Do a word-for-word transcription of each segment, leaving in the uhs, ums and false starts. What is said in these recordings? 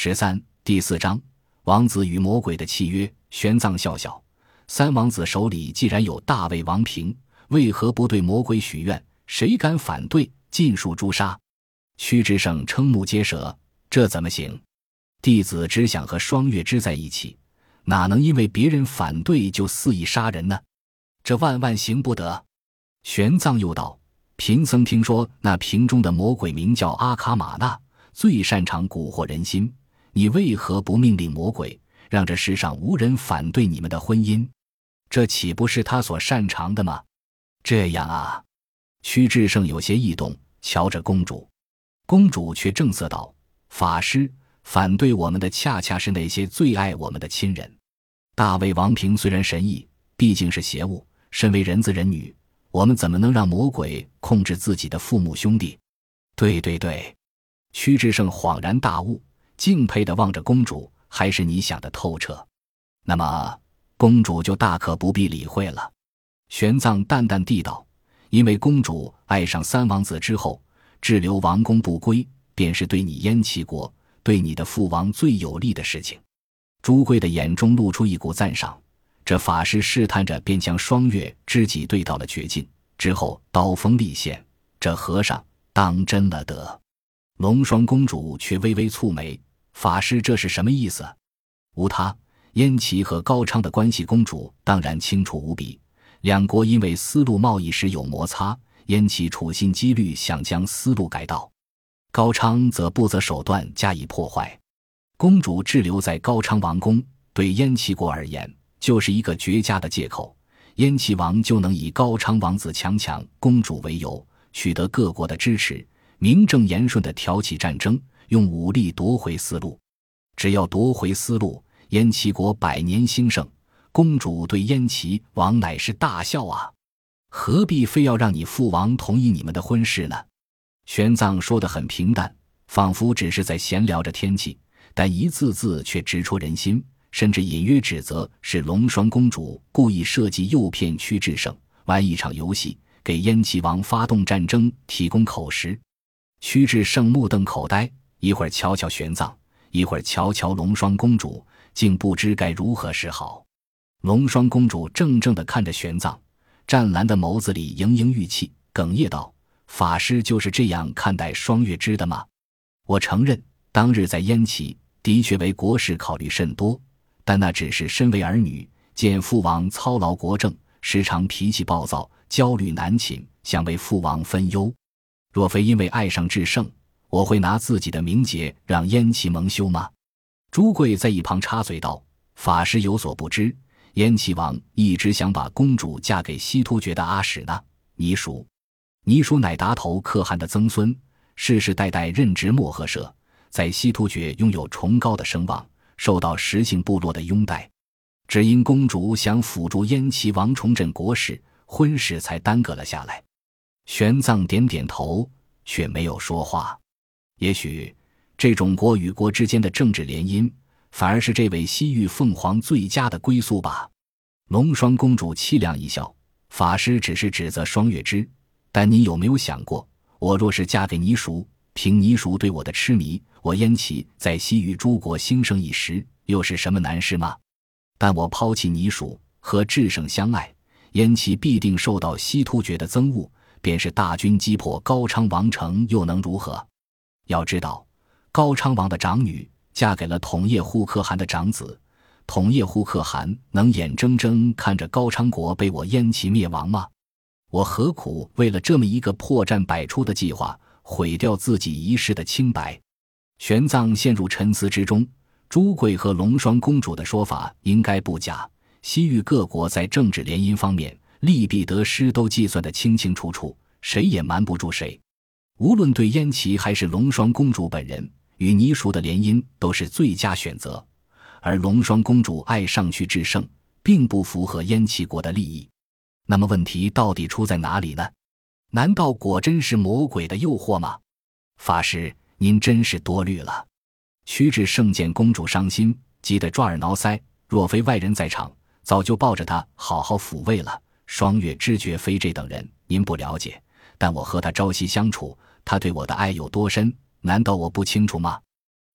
十三第四章王子与魔鬼的契约。玄奘笑笑，三王子手里既然有大魏王平，为何不对魔鬼许愿？谁敢反对，尽数诛杀。屈志胜瞠目结舌，这怎么行？弟子只想和双月之在一起，哪能因为别人反对就肆意杀人呢？这万万行不得。玄奘又道，贫僧听说那瓶中的魔鬼名叫阿卡玛纳，最擅长蛊惑人心，你为何不命令魔鬼，让这世上无人反对你们的婚姻？这岂不是他所擅长的吗？这样啊。屈志胜有些异动，瞧着公主。公主却正色道，法师，反对我们的恰恰是那些最爱我们的亲人。大魏王平虽然神异，毕竟是邪物，身为人子人女，我们怎么能让魔鬼控制自己的父母兄弟？对对对。屈志胜恍然大悟，敬佩地望着公主，还是你想得透彻。那么公主就大可不必理会了。玄奘淡淡地道，因为公主爱上三王子之后，滞留王宫不归，便是对你燕齐国，对你的父王最有利的事情。朱贵的眼中露出一股赞赏，这法师试探着便将双月知己对到了绝境，之后刀锋立现，这和尚当真了得。龙双公主却微微蹙眉，法师这是什么意思？无他，燕齐和高昌的关系公主当然清楚无比，两国因为丝路贸易时有摩擦，燕齐处心积虑想将丝路改道，高昌则不择手段加以破坏。公主滞留在高昌王宫，对燕齐国而言就是一个绝佳的借口，燕齐王就能以高昌王子强抢公主为由，取得各国的支持，名正言顺地挑起战争，用武力夺回丝路。只要夺回丝路，燕齐国百年兴盛，公主对燕齐王乃是大笑啊！何必非要让你父王同意你们的婚事呢？玄奘说得很平淡，仿佛只是在闲聊着天气，但一字字却直戳人心，甚至隐约指责是龙双公主故意设计诱骗屈志胜，玩一场游戏，给燕齐王发动战争提供口实。屈志胜目瞪口呆，一会儿瞧瞧玄奘，一会儿瞧瞧龙双公主，竟不知该如何是好。龙双公主怔怔地看着玄奘，湛蓝的眸子里盈盈玉气，哽咽道，法师就是这样看待双月枝的吗？我承认当日在燕齐的确为国事考虑甚多，但那只是身为儿女，见父王操劳国政，时常脾气暴躁，焦虑难寝，想为父王分忧。若非因为爱上志胜，我会拿自己的名节让燕齐蒙羞吗？朱贵在一旁插嘴道，法师有所不知，燕齐王一直想把公主嫁给西突厥的阿史那尼属。尼属乃达头可汗的曾孙，世世代代任职莫赫社，在西突厥拥有崇高的声望，受到石姓部落的拥戴。只因公主想辅助燕齐王重振国事，婚事才耽搁了下来。玄奘点点头，却没有说话。也许这种国与国之间的政治联姻，反而是这位西域凤凰最佳的归宿吧。龙双公主凄凉一笑，法师只是指责双月枝，但你有没有想过，我若是嫁给尼属，凭尼属对我的痴迷，我燕齐在西域诸国兴盛一时，又是什么难事吗？但我抛弃尼属，和志胜相爱，燕齐必定受到西突厥的憎恶，便是大军击破高昌王城，又能如何？要知道，高昌王的长女嫁给了统叶护可汗的长子，统叶护可汗能眼睁睁看着高昌国被我燕齐灭亡吗？我何苦为了这么一个破绽百出的计划，毁掉自己一世的清白？玄奘陷入沉思之中，朱贵和龙双公主的说法应该不假，西域各国在政治联姻方面利弊得失都计算得清清楚楚，谁也瞒不住谁。无论对燕齐还是龙双公主本人，与尼属的联姻都是最佳选择，而龙双公主爱上去制胜，并不符合燕齐国的利益。那么问题到底出在哪里呢？难道果真是魔鬼的诱惑吗？法师，您真是多虑了。屈志胜见公主伤心，急得抓耳挠腮，若非外人在场，早就抱着她好好抚慰了。双月知觉非这等人，您不了解，但我和她朝夕相处，她对我的爱有多深，难道我不清楚吗？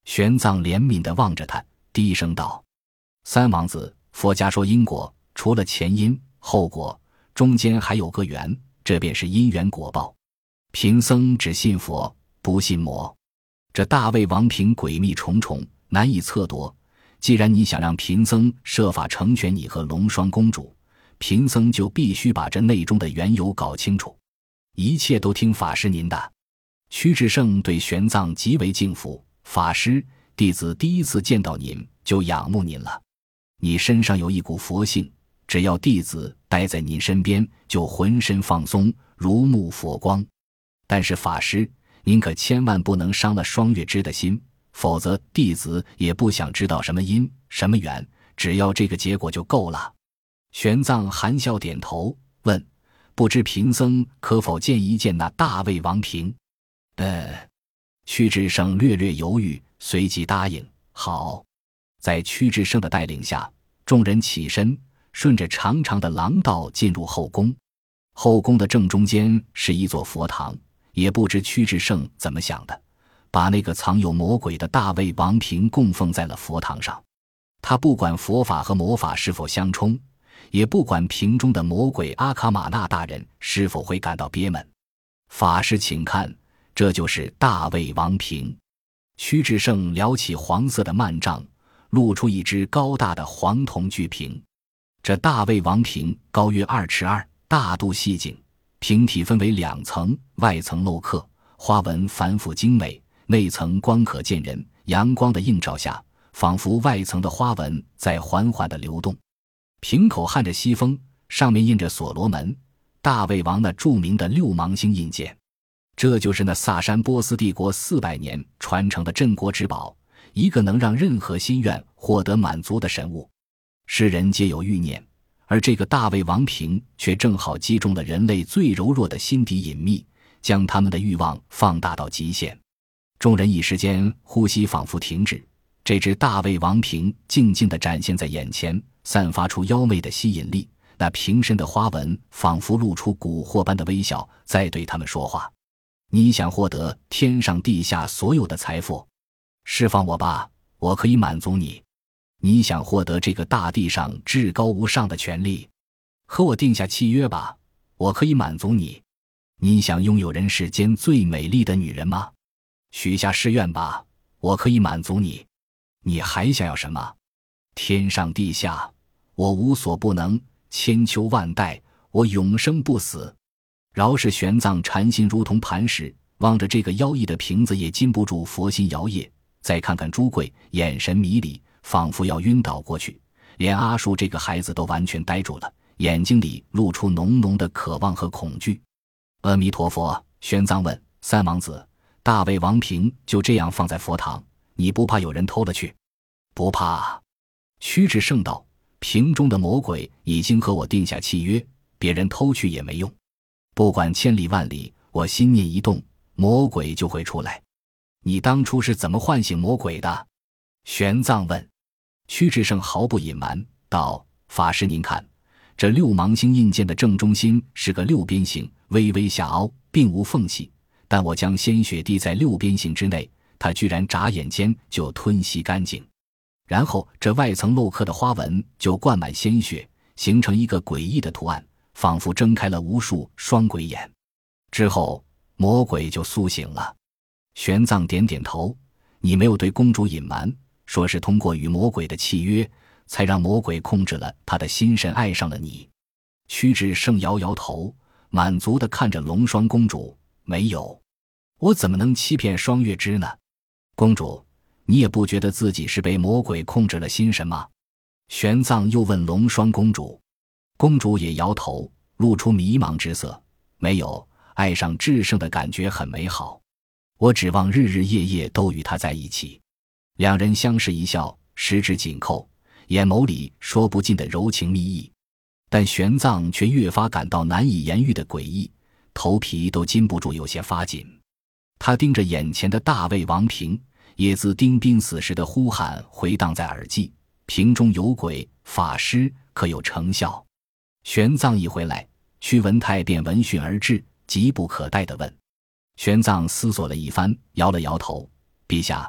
玄奘怜悯地望着他，低声道：三王子，佛家说因果，除了前因后果，中间还有个缘，这便是因缘果报。贫僧只信佛，不信魔。这大魏王平诡秘重重，难以测度。既然你想让贫僧设法成全你和龙双公主，贫僧就必须把这内中的缘由搞清楚。一切都听法师您的。屈志胜对玄奘极为敬服，法师，弟子第一次见到您就仰慕您了。你身上有一股佛性，只要弟子待在您身边，就浑身放松，如沐佛光。但是法师，您可千万不能伤了双月枝的心，否则弟子也不想知道什么因什么缘，只要这个结果就够了。玄奘含笑点头，问：不知贫僧可否见一见那大魏王平？呃，屈志胜略略犹豫，随即答应：好。在屈志胜的带领下，众人起身，顺着长长的廊道进入后宫。后宫的正中间是一座佛堂，也不知屈志胜怎么想的，把那个藏有魔鬼的大魏王平供奉在了佛堂上。他不管佛法和魔法是否相冲，也不管瓶中的魔鬼阿卡玛纳大人是否会感到憋闷。法师请看，这就是大魏王瓶。屈志胜撩起黄色的幔帐，露出一只高大的黄铜巨瓶。这大魏王瓶高约二尺二，大肚细颈，瓶体分为两层，外层镂刻，花纹繁复精美，内层光可见人，阳光的映照下，仿佛外层的花纹在缓缓地流动。瓶口焊着西风，上面印着所罗门大魏王那著名的六芒星印鉴。这就是那萨珊波斯帝国四百年传承的镇国之宝，一个能让任何心愿获得满足的神物。世人皆有欲念，而这个大魏王瓶却正好击中了人类最柔弱的心底隐秘，将他们的欲望放大到极限。众人一时间呼吸仿佛停止，这只大魏王瓶静静地展现在眼前，散发出妖媚的吸引力，那瓶身的花纹仿佛露出蛊惑般的微笑，在对他们说话。你想获得天上地下所有的财富，释放我吧，我可以满足你。你想获得这个大地上至高无上的权利，和我定下契约吧，我可以满足你。你想拥有人世间最美丽的女人吗？许下誓愿吧，我可以满足你。你还想要什么？天上地下，我无所不能，千秋万代，我永生不死。饶是玄奘禅心如同磐石，望着这个妖异的瓶子也禁不住佛心摇曳。再看看朱贵，眼神迷离，仿佛要晕倒过去。连阿树这个孩子都完全呆住了，眼睛里露出浓浓的渴望和恐惧。阿弥陀佛，玄奘问：三王子，大魏王瓶就这样放在佛堂，你不怕有人偷了去？不怕。屈志胜道：瓶中的魔鬼已经和我定下契约，别人偷去也没用。不管千里万里，我心念一动，魔鬼就会出来。你当初是怎么唤醒魔鬼的？玄奘问。屈志胜毫不隐瞒道：法师您看，这六芒星印鉴的正中心是个六边形，微微下凹，并无缝隙，但我将鲜血滴在六边形之内，它居然眨眼间就吞吸干净。然后这外层镂刻的花纹就灌满鲜血，形成一个诡异的图案，仿佛睁开了无数双鬼眼。之后魔鬼就苏醒了。玄奘点点头：你没有对公主隐瞒，说是通过与魔鬼的契约，才让魔鬼控制了他的心神，爱上了你。屈志胜摇摇头，满足地看着龙双公主：没有，我怎么能欺骗双月枝呢？公主，你也不觉得自己是被魔鬼控制了心神吗？玄奘又问龙双公主。公主也摇头，露出迷茫之色：没有，爱上志胜的感觉很美好，我指望日日夜夜都与他在一起。两人相视一笑，十指紧扣，眼眸里说不尽的柔情蜜意。但玄奘却越发感到难以言喻的诡异，头皮都禁不住有些发紧。他盯着眼前的大魏王瓶，也自丁宾死时的呼喊回荡在耳际：瓶中有鬼，法师可有成效？玄奘一回来，屈文泰便闻讯而至，急不可待地问。玄奘思索了一番，摇了摇头：陛下，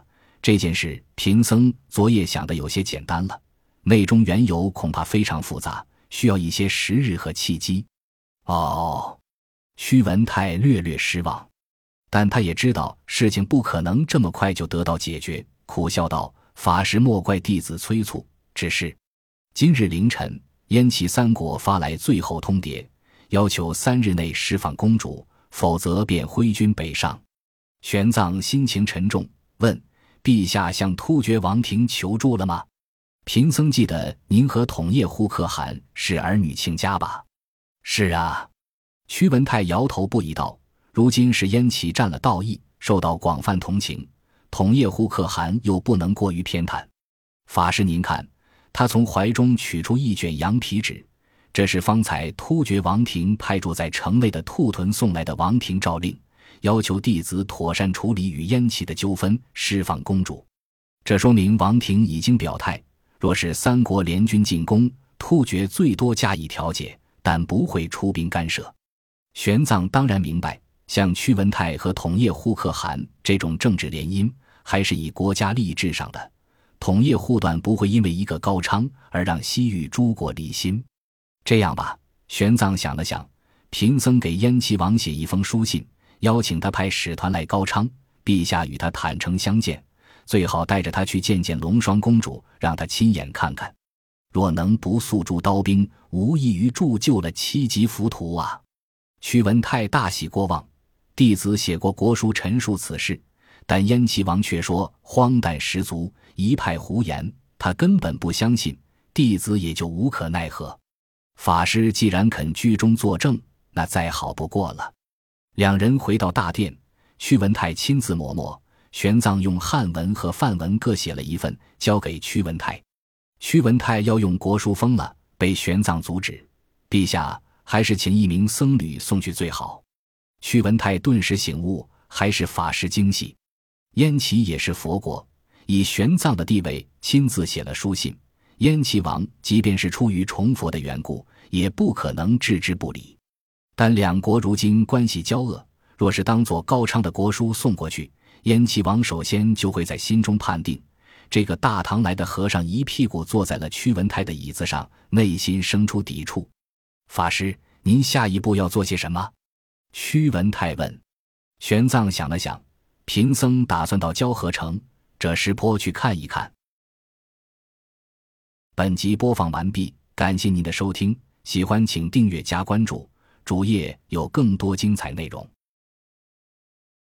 这件事贫僧昨夜想的有些简单了，内中缘由恐怕非常复杂，需要一些时日和契机。哦，屈文泰略略失望，但他也知道事情不可能这么快就得到解决，苦笑道：法师莫怪弟子催促，只是今日凌晨燕齐三国发来最后通牒，要求三日内释放公主，否则便挥军北上。玄奘心情沉重，问：陛下向突厥王庭求助了吗？贫僧记得您和统叶护可汗是儿女亲家吧？是啊。屈文泰摇头不已道：如今是燕齐占了道义，受到广泛同情，统叶护可汗又不能过于偏袒。法师您看，他从怀中取出一卷羊皮纸，这是方才突厥王庭派驻在城内的兔屯送来的王庭诏令，要求弟子妥善处理与燕齐的纠纷，释放公主。这说明王庭已经表态，若是三国联军进攻，突厥最多加以调解，但不会出兵干涉。玄奘当然明白，像屈文泰和统叶护可汗这种政治联姻，还是以国家利益至上的。统叶护短不会因为一个高昌而让西域诸国离心。这样吧，玄奘想了想，贫僧给燕齐王写一封书信，邀请他派使团来高昌，陛下与他坦诚相见，最好带着他去见见龙双公主，让他亲眼看看。若能不诉诸刀兵，无异于铸就了七级浮屠啊！屈文泰大喜过望，弟子写过国书陈述此事，但燕齐王却说荒诞十足，一派胡言，他根本不相信，弟子也就无可奈何。法师既然肯居中作证，那再好不过了。两人回到大殿，屈文泰亲自磨墨，玄奘用汉文和梵文各写了一份，交给屈文泰。屈文泰要用国书封了，被玄奘阻止，陛下还是请一名僧侣送去最好。屈文泰顿时醒悟，还是法师精细。燕齐也是佛国，以玄奘的地位亲自写了书信，燕齐王即便是出于崇佛的缘故，也不可能置之不理。但两国如今关系交恶，若是当作高昌的国书送过去，燕齐王首先就会在心中判定，这个大唐来的和尚一屁股坐在了屈文泰的椅子上，内心生出抵触。法师，您下一步要做些什么？屈文泰问。玄奘想了想，贫僧打算到交河城这石坡去看一看。本集播放完毕，感谢您的收听，喜欢请订阅加关注，主页有更多精彩内容。